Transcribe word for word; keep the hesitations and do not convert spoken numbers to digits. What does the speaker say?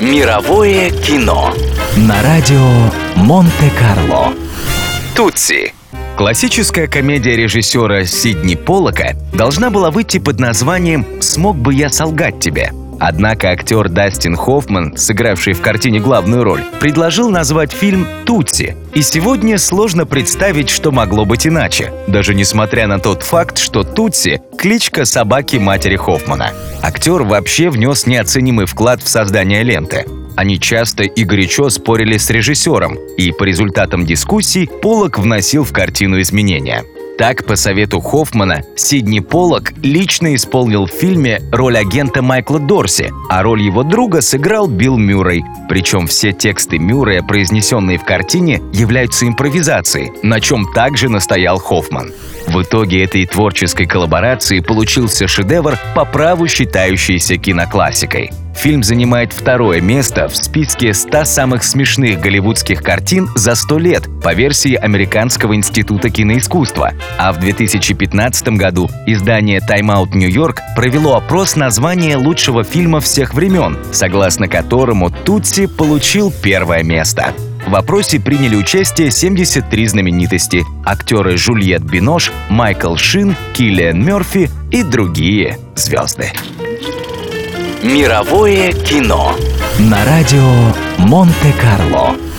Мировое кино на радио Монте-Карло. Тутси. Классическая комедия режиссера Сидни Поллака должна была выйти под названием «Смог бы я солгать тебе?». Однако актер Дастин Хоффман, сыгравший в картине главную роль, предложил назвать фильм «Тутси». И сегодня сложно представить, что могло быть иначе, даже несмотря на тот факт, что Тутси – кличка собаки матери Хоффмана. Актер вообще внес неоценимый вклад в создание ленты. Они часто и горячо спорили с режиссером, и по результатам дискуссий Поллак вносил в картину изменения. Так, по совету Хоффмана, Сидни Поллак лично исполнил в фильме роль агента Майкла Дорси, а роль его друга сыграл Билл Мюррей. Причем все тексты Мюррея, произнесенные в картине, являются импровизацией, на чем также настоял Хоффман. В итоге этой творческой коллаборации получился шедевр, по праву считающийся киноклассикой. Фильм занимает второе место в списке ста самых смешных голливудских картин за сто лет по версии Американского института киноискусства. А в две тысячи пятнадцатом году издание Time Out New York провело опрос названия лучшего фильма всех времен, согласно которому «Тутси» получил первое место. В опросе приняли участие семьдесят три знаменитости – актеры Жюльетт Бинош, Майкл Шин, Киллиан Мёрфи и другие звезды. Мировое кино на радио Монте-Карло.